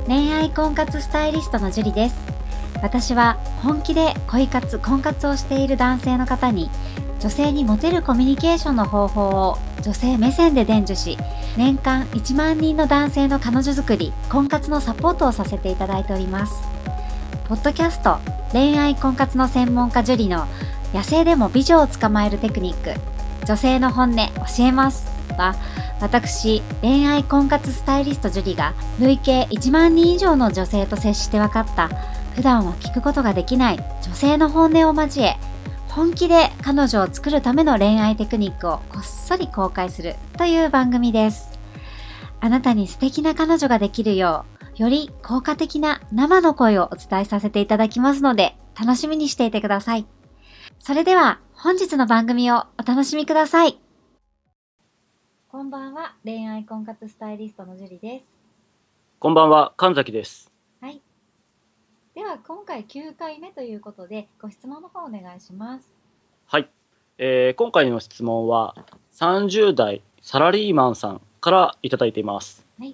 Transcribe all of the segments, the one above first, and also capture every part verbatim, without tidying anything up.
恋愛婚活スタイリストのジュリです。私は本気で恋活婚活をしている男性の方に女性にモテるコミュニケーションの方法を女性目線で伝授し、年間いちまんにんの男性の彼女作り婚活のサポートをさせていただいております。ポッドキャスト恋愛婚活の専門家ジュリの野生でも美女を捕まえるテクニック、女性の本音教えますは、私恋愛婚活スタイリストジュリが累計いちまんにん以上の女性と接して分かった普段は聞くことができない女性の本音を交え、本気で彼女を作るための恋愛テクニックをこっそり公開するという番組です。あなたに素敵な彼女ができるよう、より効果的な生の声をお伝えさせていただきますので、楽しみにしていてください。それでは本日の番組をお楽しみください。こんばんは、恋愛婚活スタイリストのジュリです。 こんばんは、神崎です。 はい。では今回きゅうかいめということで、ご質問の方お願いします。 はい、えー、今回の質問はさんじゅう代サラリーマンさんからいただいています。 はい。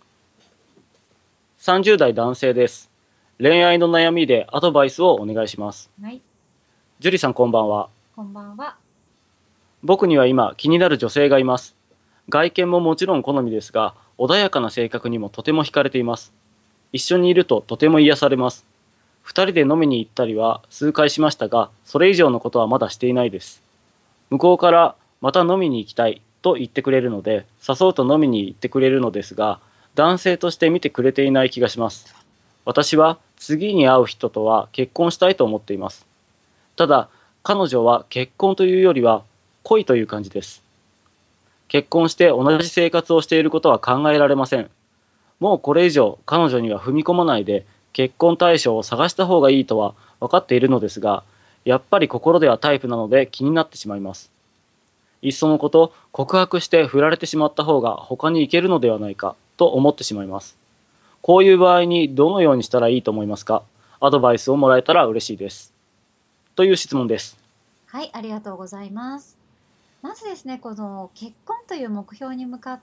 さんじゅう代男性です。恋愛の悩みでアドバイスをお願いします。 はい。 ジュリさん、こんばんは。 こんばんは。 僕には今気になる女性がいます。外見ももちろん好みですが、穏やかな性格にもとても惹かれています。一緒にいるととても癒されます。二人で飲みに行ったりは数回しましたが、それ以上のことはまだしていないです。向こうからまた飲みに行きたいと言ってくれるので、誘うと飲みに行ってくれるのですが、男性として見てくれていない気がします。私は次に会う人とは結婚したいと思っています。ただ、彼女は結婚というよりは恋という感じです。結婚して同じ生活をしていることは考えられません。もうこれ以上彼女には踏み込まないで、結婚対象を探した方がいいとは分かっているのですが、やっぱり心ではタイプなので気になってしまいます。いっそのこと、告白して振られてしまった方が他に行けるのではないかと思ってしまいます。こういう場合にどのようにしたらいいと思いますか？アドバイスをもらえたら嬉しいです。という質問です。 はい、ありがとうございます。まずですね、この結婚という目標に向かって、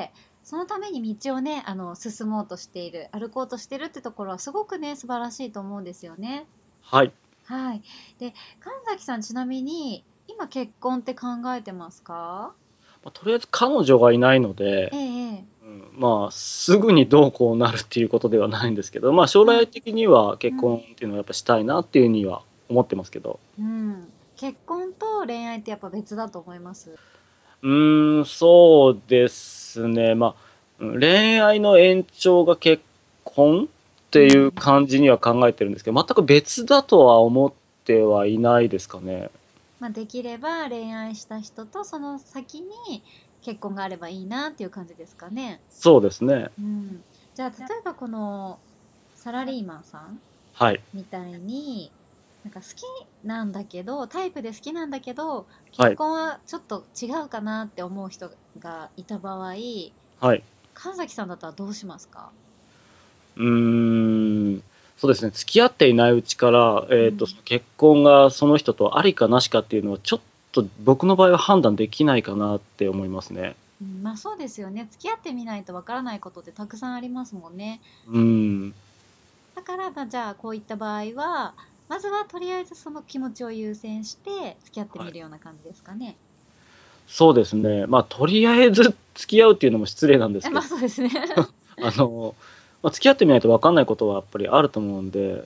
そのために道をね、あの進もうとしている、歩こうとしているってところはすごくね、素晴らしいと思うんですよね。 はい。 はい。で、神崎さん、ちなみに今結婚って考えてますか？ まあ、とりあえず彼女がいないので、 ええ、 うん、まあすぐにどうこうなるっていうことではないんですけど、まあ将来的には結婚っていうのはやっぱしたいなっていうには思ってますけど。 うん、うん。結婚と恋愛ってやっぱ別だと思います。 うーん、そうですね。まあ、うん恋愛の延長が結婚っていううん。 感じには考えてるんですけど、全く別だとは思ってはいないですかね。 まあ、できれば恋愛した人とその先に結婚があればいいなっていう感じですかね。 そうですね。 うん。じゃあ例えばこのサラリーマンさんはい。 みたいに、なんか好きなんだけど、タイプで好きなんだけど、 はい。 結婚はちょっと違うかなって思う人がいた場合、 はい。 神崎さんだったらどうしますか？ うーん。そうですね。付き合っていないうちから、えっと、 うん。 その結婚がその人とありかなしかっていうのは、ちょっと僕の場合は判断できないかなって思いますね。 うん、まあそうですよね。付き合ってみないとわからないことってたくさんありますもんね。 うーん。 だから、まあ、じゃあこういった場合は、まずはとりあえずその気持ちを優先して付き合ってはい。 みるような感じですかね。 そうですね。まあ、とりあえず付き合うっていうのも失礼なんですえ、まあけど、 そうですね。 あの、まあ、付き合ってみないと分かんないことはやっぱりあると思うんで、 うん。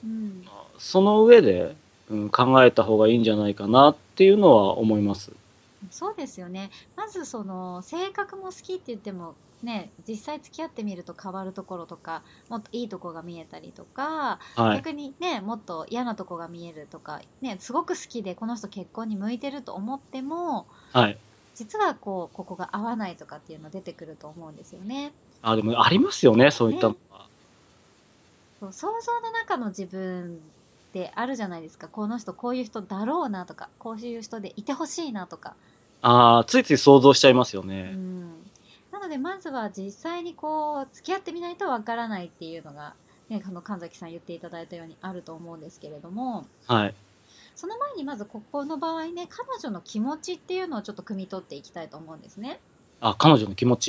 その上で、うん、考えた方がいいんじゃないかなっていうのは思います。 そうですよね。まずその性格も好きって言ってもね、実際付き合ってみると変わるところとか、もっといいとこが見えたりとか、 はい。 逆にね、もっと嫌なとこが見えるとか、ね、すごく好きでこの人結婚に向いてると思っても、 はい。 実はこう、ここが合わないとかっていうの出てくると思うんですよね。 あ、でもありますよね、そういったのね。 は。 そう想像の中の自分ってあるじゃないですか。この人こういう人だろうなとか、こういう人でいてほしいなとか。 ああ、ついつい想像しちゃいますようね。 ん。なので、まずは実際にこう、付き合ってみないとわからないっていうのが、ね、あの、神崎さん言っていただいたようにあると思うんですけれども、 はい。 その前にまずここの場合ね、彼女の気持ちっていうのをちょっと汲み取っていきたいと思うんですね。 あ、彼女の気持ち。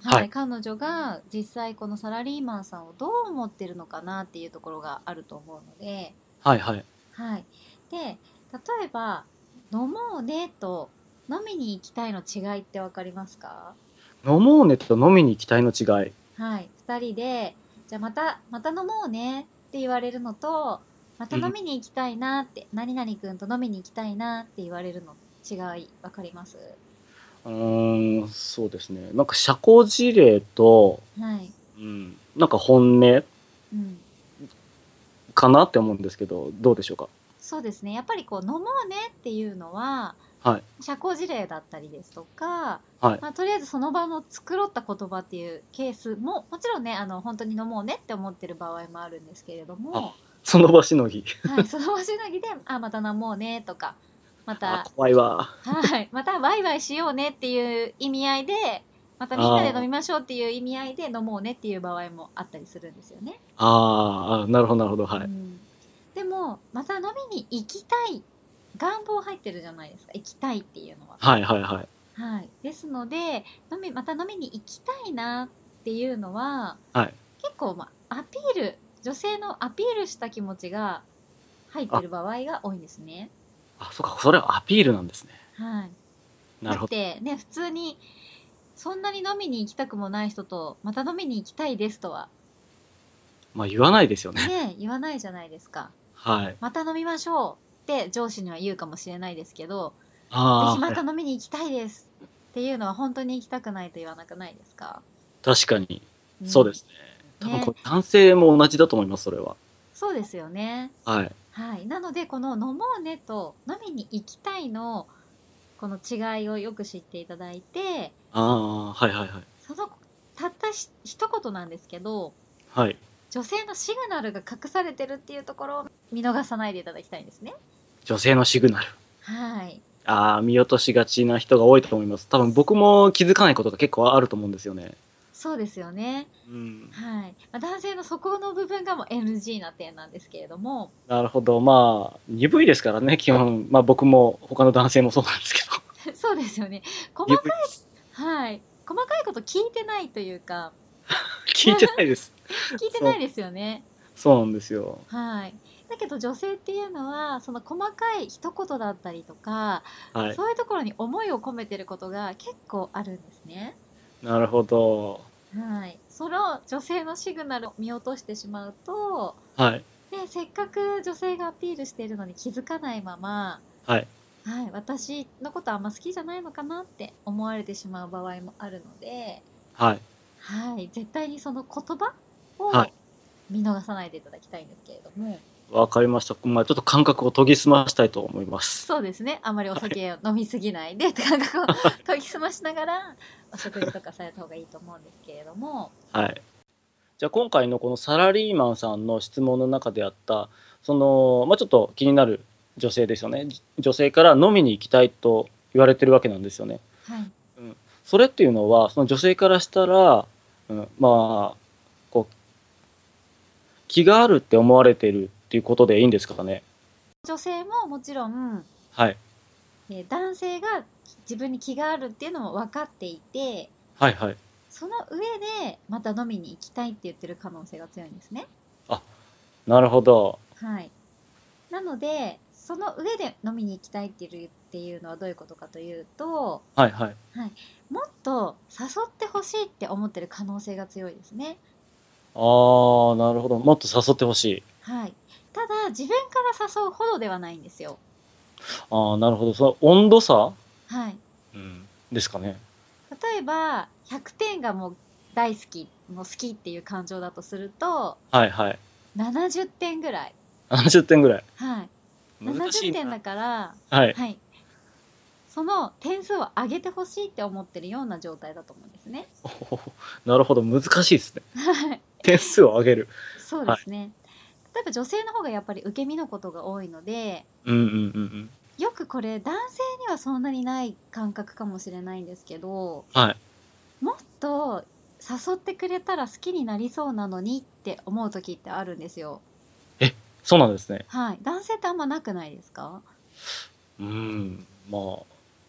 はい、 はい。 彼女が実際このサラリーマンさんをどう思ってるのかなっていうところがあると思うので、 はいはい。 はい。で、例えば、飲もうねと飲みに行きたいの違いってわかりますか？ 飲もうねと飲みに行きたいの違い。 はい。二人で、じゃあまた、また飲もうねって言われるのと、またうん。 飲みに行きたいなって、何々くんと飲みに行きたいなって言われるの違い、わかります？ うーん、そうですね。なんか社交辞令と、 はい。 うん、なんか本音うん。 かなって思うんですけど、どうでしょうか。 そうですね。やっぱりこう、飲もうねっていうのは、 はい。 社交辞令だったりですとか、 はい。 まあ、とりあえずその場の繕った言葉っていうケースも、もちろんね、あの、本当に飲もうねって思ってる場合もあるんですけれどあ、 も、 その場しのぎ。 はい、その場しのぎで、あ、また飲もうねとか、まあ、 た、 怖いわ。 はい。またワイワイしようねっていう意味合いで、またみんなで飲みあましょうっていう意味合いで飲もうねっていう場合もあったりするんですよね。 あ、ああ、なるほどなるほど。はい。 うん。でも、また飲みに行きたい。願望入ってるじゃないですか。行きたいっていうのは。 はいはいはい。 はい。ですので、飲み、また飲みに行きたいなっていうのは、 はい。 結構、まあ、アピール、女性のアピールした気持ちが入ってあ、 る場合が多いんですね。 あ、そっか、それはアピールなんですね。 はい。だっなるほど。 てね、普通にそんなに飲みに行きたくもない人と、また飲みに行きたいですとは、 まあ言わないですよね。 ね、言わないじゃないですか。 はい。 また飲みましょうって上司には言うかもしれないですけど、ぜああ、 ひまはい。 た飲みに行きたいですっていうのは本当に行きたくないと言わなくないですか？ 確かに。 うん。 そうですね。多分こね。 れ男性も同じだと思います、それは。 そうですよね。 はい。 はい。なので、この飲もうねと飲みに行きたいの、この違いをよく知っていただいて、 ああ、はいはいはい。 その、たったし一言なんですけど、 はい。 女性のシグナルが隠されてるっていうところを見逃さないでいただきたいんですね。 女性のシグナル。 はい。 ああ、見落としがちな人が多いと思います。多分僕も気づかないことが結構あると思うんですよね。 そうですよね。 うん。 はい。まあ、男性のそこの部分がもう エヌジー な点なんですけれども、 なるほど。まあ、鈍いですからね、基本。まあ僕も他の男性もそうなんですけど。 そうですよね。細かい、 鈍いです。 はい。細かいこと聞いてないというか、 聞いてないです。 聞いてそう、 ないですよね。 そうなんですよ。 はい。だけど女性っていうのは、その細かい一言だったりとか、 はい。 そういうところに思いを込めてることが結構あるんですね。 なるほど。 はい。その女性のシグナルを見落としてしまうと、 はい。 で、せっかく女性がアピールしているのに気づかないまま、 はい。 はい、私のことあんま好きじゃないのかなって思われてしまう場合もあるので、 はい。 はい、絶対にその言葉はい。 を見逃さないでいただきたいんですけれども、 わかりました。まあちょっと感覚を研ぎ澄ましたいと思います。 そうですね、あまりおはい。 酒を飲みすぎないで感覚を研ぎ澄ましながらお食事とかされた方がいいと思うんですけれども、 はい。じゃあ今回のこのサラリーマンさんの質問の中であった、その、まあちょっと気になる女性ですよね。じ女性から飲みに行きたいと言われてるわけなんですよね。 はい、 うん。それっていうのは、その女性からしたら、うん、まあ、こう、気があるって思われてるっていうことでいいんですかね。 女性ももちろん、 はい。 えー男性が自分に気があるっていうのも分かっていて、 はいはい。 その上でまた飲みに行きたいって言ってる可能性が強いんですね。 あ、なるほど。 はい。なので、その上で飲みに行きたいっていうっていうのはどういうことかというと、 はいはい。 はい、もっと誘ってほしいって思ってる可能性が強いですね。 ああ、なるほど。もっと誘ってほしい。 はい。ただ、自分から誘うほどではないんですよ。 ああ、なるほど。その温度差、 はい。 うん、ですかね。 例えば、ひゃくてんがもう大好き、もう好きっていう感情だとすると、 はいはい。 ななじゅってんぐらい。 ななじゅってんぐらい。 はい。70 難しいな。 点だから、 はい。 はい。その点数を上げてほしいって思ってるような状態だと思うんですね。 おほほ、なるほど。難しいですね。 はい。 点数を上げる。 そうではい。 すね。例えば女性の方がやっぱり受け身のことが多いので、 うんうんうんうん。 よくこれ男性にはそんなにない感覚かもしれないんですけど、 はい。 もっと誘ってくれたら好きになりそうなのにって思う時ってあるんですよ。 え、そうなんですね。 はい。男性ってあんまなくないですか？ うん。まあ、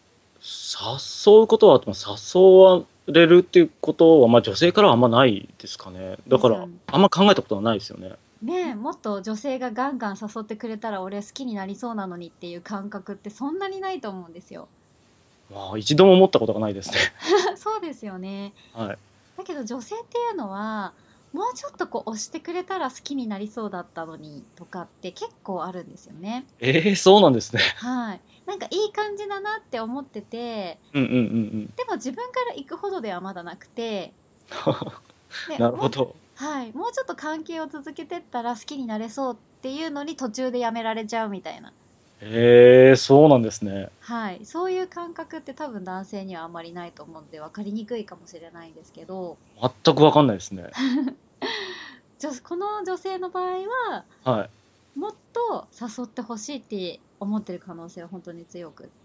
誘うことはあっても、誘われるっていうことは、まあ、女性からはあんまないですかね。だから、 ですよね。 あんま考えたことはないですよね。 ねえ、もっと女性がガンガン誘ってくれたら俺好きになりそうなのにっていう感覚ってそんなにないと思うんですよ。 まあ、一度も思ったことがないですね。 そうですよね。 はい。 だけど女性っていうのはもうちょっとこう押してくれたら好きになりそうだったのにとかって結構あるんですよね。 ええ、そうなんですね。 はい。なんかいい感じだなって思ってて、 うんうんうんうん。 でも自分から行くほどではまだなくて、でもう、 なるほど。 はい、もうちょっと関係を続けてったら好きになれそうっていうのに途中でやめられちゃうみたいな。 ええ、そうなんですね。 はい、そういう感覚って多分男性にはあまりないと思うんで分かりにくいかもしれないんですけど、 全くわかんないですね。 女この女性の場合ははい。 もっと誘ってほしいって思ってる可能性は本当に強くって、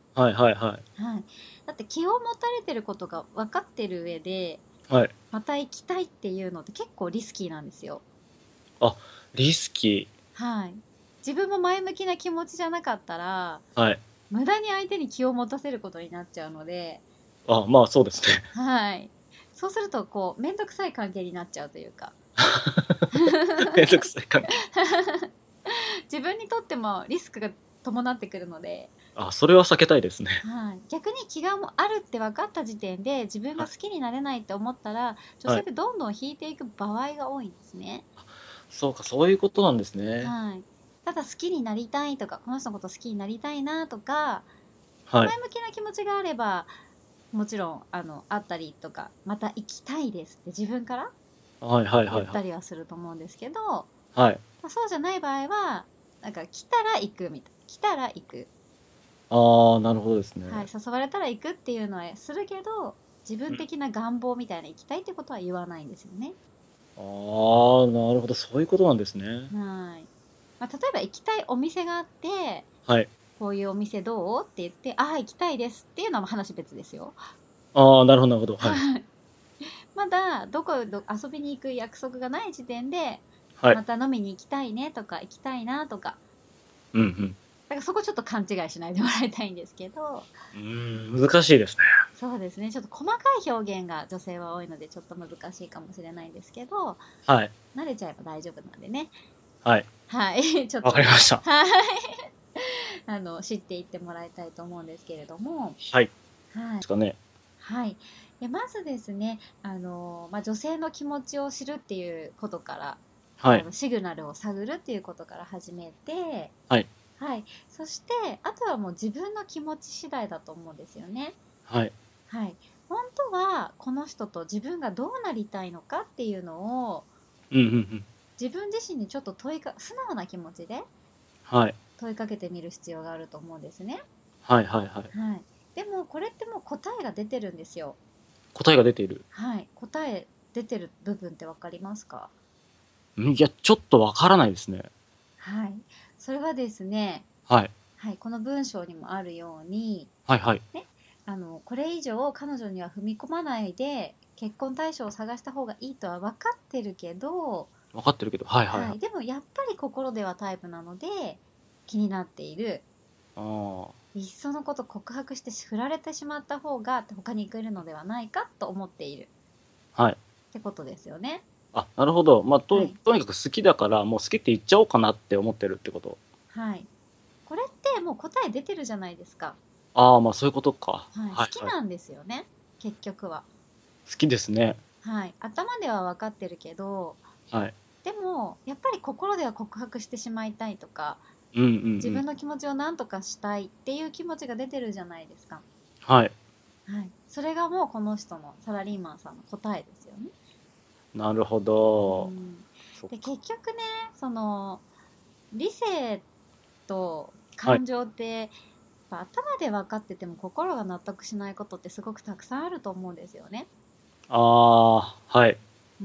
はいはいはい。 はい、だって気を持たれてることが分かってる上ではい。 また行きたいっていうのって結構リスキーなんですよ。 あ、リスキはい。自分も前向きな気持ちじゃなかったらー。はい。 無駄に相手に気を持たせることになっちゃうので、 あ、まあそうですね。 はい。そうするとこう面倒くさい関係になっちゃうというかめんどくさい関係。 自分にとってもリスクが伴ってくるので、 あ、それは避けたいですね。 はい、逆に気がもあるって分かった時点で自分はい。 が好きになれないって思ったら女はい。 性ってどんどん引いていく場合が多いんですね。 そうか、そういうことなんですね。 はい。ただ好きになりたいとかこの人のこと好きになりたいなとかはい。 前向きな気持ちがあればもちろんあのあったりとかまた行きたいですって自分からはいはいはいはい。 言ったりはすると思うんですけど、まはい。 あ、そうじゃない場合はなんか来たら行くみたいな来たら行く、 ああ、なるほどですはい、 ね。 誘われたら行くっていうのはするけど自分うん。 的な願望みたいな行きたいってことは言わないんですよね。 ああ、なるほど、そういうことなんですね。 はい、まあ、例えば行きたいお店があってはい。 こういうお店どうって言ってああ行きたいですっていうのは話別ですよ。 ああ、なるほどなるほど。はい。 はい。まだどこど遊びに行く約束がない時点ではい。 また飲みに行きたいねとか行きたいなとか、 うんうん。 だからそこちょっと勘違いしないでもらいたいんですけど、 うーん、難しいですね。 そうですね、ちょっと細かい表現が女性は多いのでちょっと難しいかもしれないんですけど、 はい。 慣れちゃえば大丈夫なんでね。 はい。 はいちょっわかとりました。 はいあの知っていってもらいたいと思うんですけれども、 はい。ではいすかね。 はい、でまずですねあの、まあ、女性の気持ちを知るっていうことからはい。 あのシグナルを探るっていうことから始めて、 はい。 はい、そしてあとはもう自分の気持ち次第だと思うんですよね。 はい。 はい、本当はこの人と自分がどうなりたいのかっていうのをうんうんうん。 自分自身にちょっと問いか素直な気持ちではい。 問いかけてみる必要があると思うんですね。 はいはいはい。 はい、でもこれってもう答えが出てるんですよ。 答えが出ている。 はい、答え出てる部分って分かりますか？ ん、いや、ちょっとわからないですね。 はい、それはですね、 はい。 はい、この文章にもあるように、 はいはい。 ね、あのこれ以上彼女には踏み込まないで結婚対象を探した方がいいとは分かってるけど、 わかってるけど。はいはいはい。 はい、でもやっぱり心ではタイプなので気になっている、 ああ。 いっそのこと告白して振られてしまった方が他に行けるのではないかと思っているはい。 ってことですよね。 あ、なるほど。まあ、とはい、 とにかく好きだから、もう好きって言っちゃおうかなって思ってるってこと。 はい、これってもう答え出てるじゃないですか。 ああ、まあそういうことか。 はい、好はいはい。 きなんですよね結局は。 好きですね。 はい、頭では分かってるけどはい。 でもやっぱり心では告白してしまいたいとかうんうんう自分ん。 の気持ちを何とかしたいっていう気持ちが出てるじゃないですか。 はい。 はい、それがもうこの人のサラリーマンさんの答えですよね。 なるほうど。 ん、 そっか。 で結局ねその理性とはい。 感情ってやっぱ頭で分かってても心が納得しないことってすごくたくさんあると思うんですよね。 ああ、はい。 うん、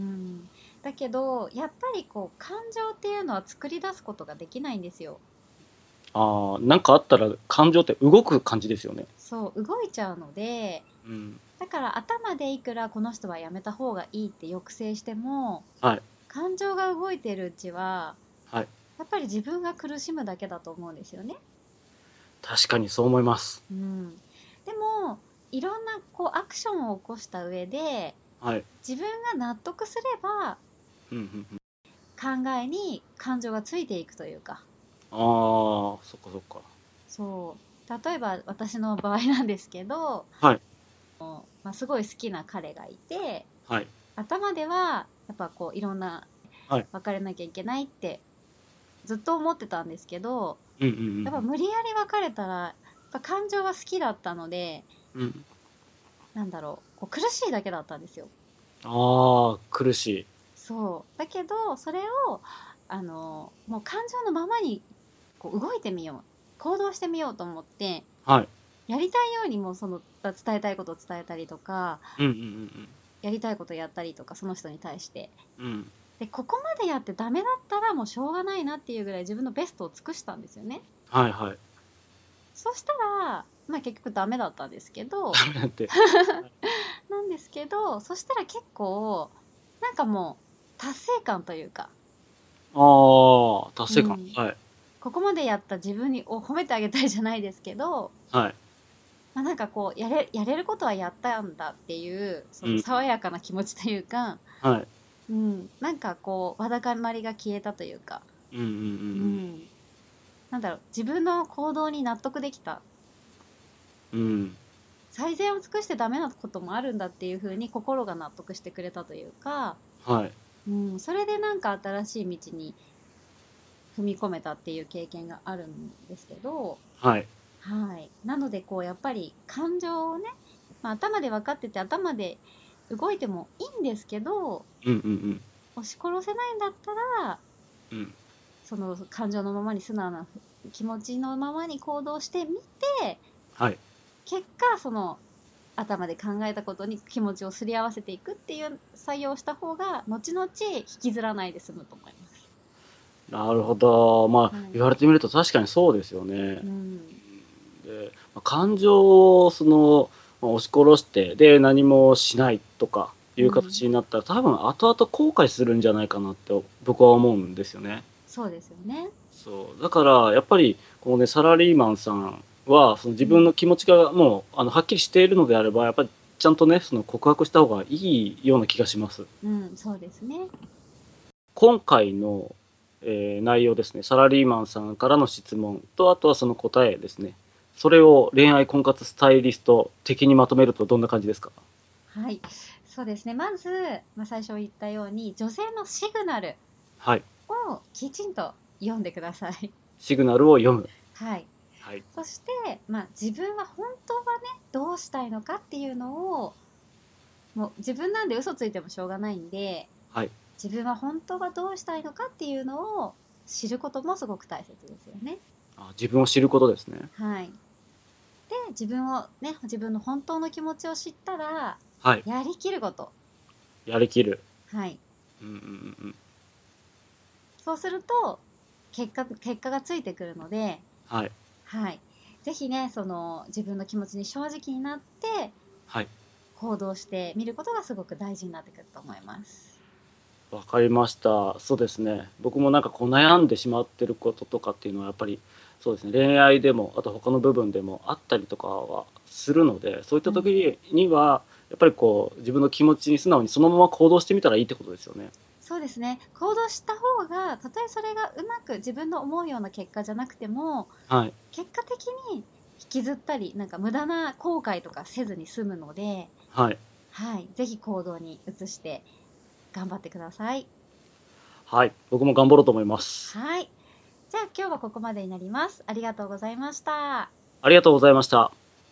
だけどやっぱりこう感情っていうのは作り出すことができないんですよ。 ああ、なんかあったら感情って動く感じですよね。 そう動いちゃうので、 うん。 だから頭でいくらこの人はやめた方がいいって抑制してもはい。 感情が動いてるうちははい。 やっぱり自分が苦しむだけだと思うんですよね。 確かにそう思います。 うん、 でもいろんなこうアクションを起こした上で、 はい、 自分が納得すれば、 うんうんうん、 考えに感情がついていくというか。 ああ、そっかそっか。 そう例えば私の場合なんですけど、 はい、 まあ、すごい好きな彼がいて、 はい、 頭ではやっぱこういろんなはい、 別れなきゃいけないってずっと思ってたんですけど、 うんうんやっぱ無理やり別れたらやっぱ感情が好きだったので、 うん、うん、 なんだろう、こう苦しいだけだったんですよ。 ああ、苦しい。 そうだけど、それをあのもう感情のままにこう動いてみよう、行動してみようと思ってはい、 やりたいようにもその伝えたいことを伝えたりとか、 うんうんやりたいことやったりとか、その人に対してうんうん、 で、ここまでやってダメだったらもうしょうがないなっていうぐらい自分のベストを尽くしたんですよね。 はいはい。 そしたらまあ結局ダメだったんですけど、 ダメだって。 なんですけど、そしたら結構なんかもう達成感というか、 ああ、達成感。 うん、 はい、 ここまでやった自分にを褒めてあげたいじゃないですけど、 はい、 まあ、なんかこうやれやれることはやったんだっていうそうん、 の爽やかな気持ちというか、 はい、 うん、なんかこうわだかまりが消えたというか、 うんうんうんううん、 ん、なんだろう、自分の行動に納得できた、 うん、 最善を尽くしてダメなこともあるんだっていう風に心が納得してくれたというか、 はい、 うん、それでなんか新しい道に踏み込めたっていう経験があるんですけど、 はい、 はい、なのでこうやっぱり感情をね、まあ、頭で分かってて頭で動いてもいいんですけど、 うんうんうん、 押し殺せないんだったらうん、 その感情のままに、素直な気持ちのままに行動してみて、 はい。 結果その頭で考えたことに気持ちをすり合わせていくっていう作業をした方が後々引きずらないで済むと思います。 なるほど。まあ、 はい、 言われてみると確かにそうですよね。 うん、 で、まあ感情をその、まあ押し殺して、で、何もしないとかいううん、 形になったら、多分後々後悔するんじゃないかなって僕は思うんですよね。 そうですよね。 そう。だから、やっぱり、このね、サラリーマンさんは、その自うん、 分の気持ちがもう、あの、はっきりしているのであれば、やっぱりちゃんとね、その告白した方がいいような気がします。 うん、そうですね。 今回の、えー内容ですね、サラリーマンさんからの質問と、あとはその答えですね。それを恋愛婚活スタイリスト的にまとめるとどんな感じですか？ はい、そうですね。まず、まあ、最初言ったように女性のシグナルはい。 をきちんと読んでください。 シグナルを読む。 はい。 はい。 そして、まあ、自分は本当はねどうしたいのかっていうのを、もう自分なんで嘘ついてもしょうがないんで、 はい。 自分は本当はどうしたいのかっていうのを知ることもすごく大切ですよね。 あ、自分を知ることですね。 はい。で、自分をね、自分の本当の気持ちを知ったらはい。 やりきること。 やりきる。 はい。 うんうんうんうん。 そうすると結果結果がついてくるので、 はい。 はい。ぜひね、その自分の気持ちに正直になってはい。 行動してみることがすごく大事になってくると思います。 わかりました。そうですね。僕もなんかこう悩んでしまってることとかっていうのはやっぱりそうですね。恋愛でもあと他の部分でもあったりとかはするので、そういったうん、 時にはやっぱりこう自分の気持ちに素直にそのまま行動してみたらいいってことですよね。 そうですね。行動した方が、たとえそれがうまく自分の思うような結果じゃなくても、 はい。 結果的に引きずったり、なんか無駄な後悔とかせずに済むので、 はい。 はい。ぜひ行動に移して頑張ってください。 はい。僕も頑張ろうと思います。 はい。じゃあ今日はここまでになります。ありがとうございました。 ありがとうございました。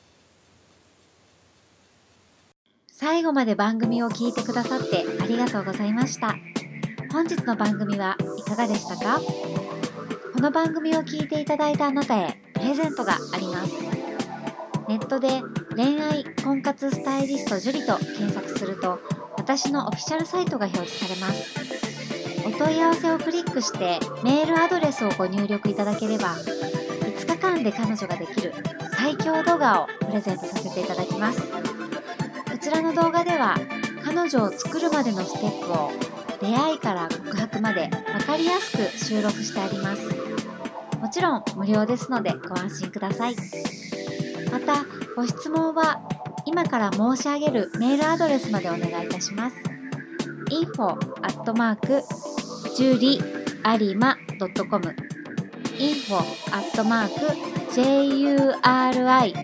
最後まで番組を聞いてくださってありがとうございました。本日の番組はいかがでしたか？この番組を聞いていただいたあなたへプレゼントがあります。ネットで恋愛婚活スタイリスト樹と検索すると、私のオフィシャルサイトが表示されます。お問い合わせをクリックしてメールアドレスをご入力いただければ、いつかかんで彼女ができる最強動画をプレゼントさせていただきます。こちらの動画では彼女を作るまでのステップを出会いから告白まで分かりやすく収録してあります。もちろん無料ですのでご安心ください。 またご質問は今から申し上げるメールアドレスまでお願いいたします。 インフォ アットマーク ジュリアリマ ドットコム インフォ アットマーク ジュリアリマ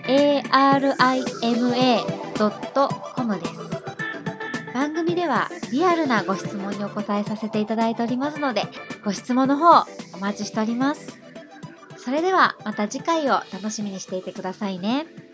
ドットコム です。番組ではリアルなご質問にお答えさせていただいておりますので、ご質問の方お待ちしております。それではまた次回を楽しみにしていてくださいね。